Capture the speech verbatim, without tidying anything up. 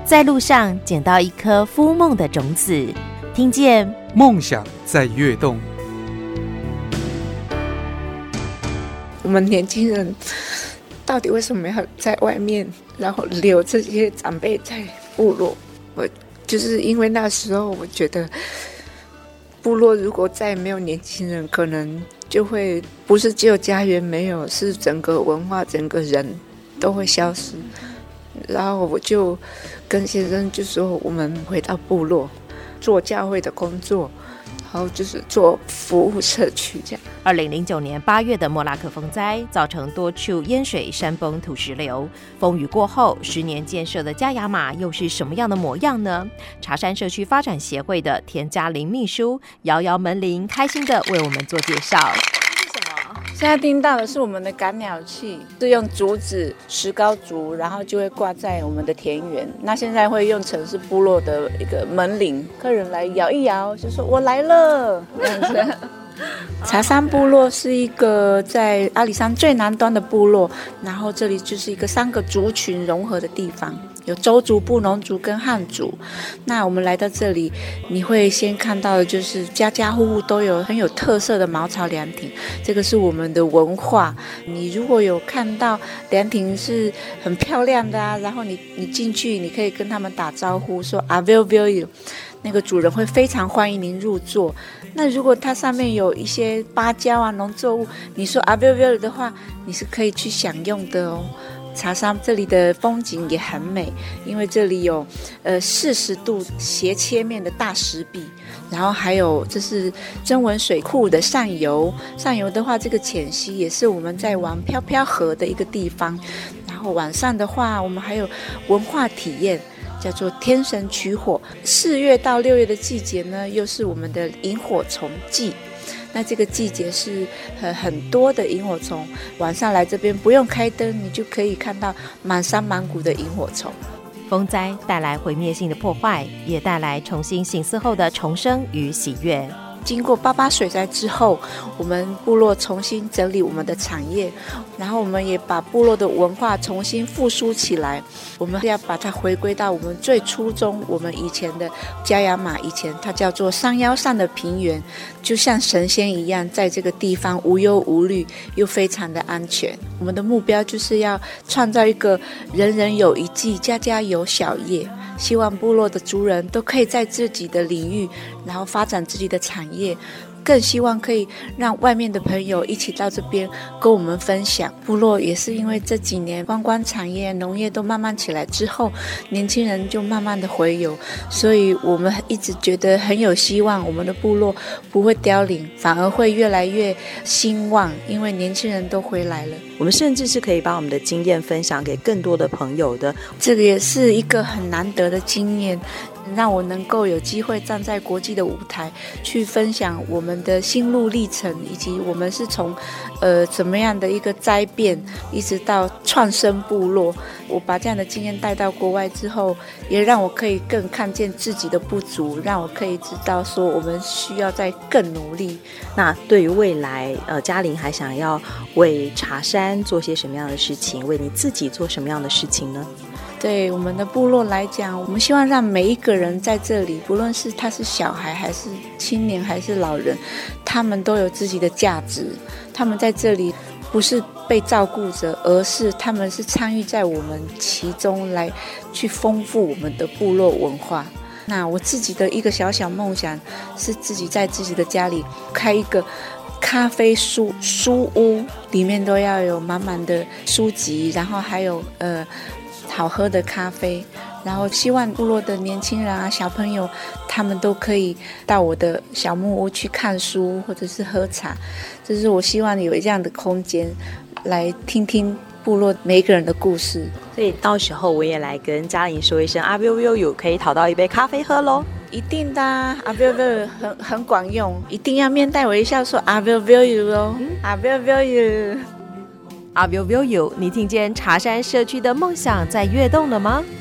在路上捡到一颗孵梦的种子，听见梦想在跃动。 我们年轻人到底为什么要在外面，然后留这些长辈在部落？我就是因为那时候我觉得部落如果再没有年轻人，可能就会不是只有家园没有，是整个文化整个人都会消失。然后我就跟先生就说我们回到部落做教会的工作，然后就是做服务社区这样。 二零零九年八月的莫拉克风灾造成多处淹水、山崩、土石流。风雨过后，十年建设的加雅马又是什么样的模样呢？茶山社区发展协会的田嘉玲秘书摇摇门铃，开心的为我们做介绍。 现在听到的是我们的赶鸟器，是用竹子、石膏竹，然后就会挂在我们的田园。那现在会用成是部落的一个门铃，客人来摇一摇，就说我来了。这样子。茶山部落是一个在阿里山最南端的部落，然后这里就是一个三个族群融合的地方，有邹族、布农族跟汉族。那我们来到这里，你会先看到的就是家家户户都有很有特色的茅草凉亭，这个是我们的文化。你如果有看到凉亭是很漂亮的啊，然后你你进去，你可以跟他们打招呼说阿 vil vil， 那个主人会非常欢迎您入座。那如果它上面有一些芭蕉啊农作物，你说阿 vil vil 的话，你是可以去享用的哦。茶山这里的风景也很美，因为这里有呃四十度斜切面的大石壁，然后还有这是曾文水库的上游，上游的话这个浅溪也是我们在玩飘飘河的一个地方。然后晚上的话，我们还有文化体验，叫做天神取火。四月到六月的季节呢，又是我们的萤火虫季。那这个季节是很很多的萤火虫，晚上来这边不用开灯，你就可以看到满山满谷的萤火虫。 风灾带来毁灭性的破坏，也带来重新省思后的重生与喜悦。 经过八八水灾之后，我们部落重新整理我们的产业，然后我们也把部落的文化重新复苏起来。我们要把它回归到我们最初衷，我们以前的加雅马，以前它叫做山腰上的平原，就像神仙一样，在这个地方无忧无虑，又非常的安全。我们的目标就是要创造一个人人有一技，家家有小业。希望部落的族人都可以在自己的领域，然后发展自己的产业，更希望可以让外面的朋友一起到这边跟我们分享。部落也是因为这几年观光产业、农业都慢慢起来之后，年轻人就慢慢的回游，所以我们一直觉得很有希望，我们的部落不会凋零，反而会越来越兴旺，因为年轻人都回来了。 我们甚至是可以把我们的经验分享给更多的朋友的， 这个也是一个很难得的经验，让我能够有机会站在国际的舞台去分享我们的心路历程，以及我们是从呃怎么样的一个灾变一直到创生部落。我把这样的经验带到国外之后，也让我可以更看见自己的不足，让我可以知道说我们需要再更努力。 那对于未来呃，嘉玲还想要为茶山做些什么样的事情，为你自己做什么样的事情呢？ 对我们的部落来讲，我们希望让每一个人在这里，不论是他是小孩还是青年还是老人，他们都有自己的价值。他们在这里不是被照顾着，而是他们是参与在我们其中，来去丰富我们的部落文化。那我自己的一个小小梦想是自己在自己的家里开一个咖啡书书屋，里面都要有满满的书籍，然后还有呃好喝的咖啡，然后希望部落的年轻人啊、小朋友，他们都可以到我的小木屋去看书或者是喝茶。这是我希望有这样的空间，来听听部落每一个人的故事。 所以到时候我也来跟嘉玲说一声阿 vil vil 有可以讨到一杯咖啡喝咯。 一定的啊，阿 vil vil 很很管用，一定要面带微笑说阿 vil vil you 哦，阿 vil vil you。 阿 vil vil you， 你听见茶山社区的梦想在跃动了吗？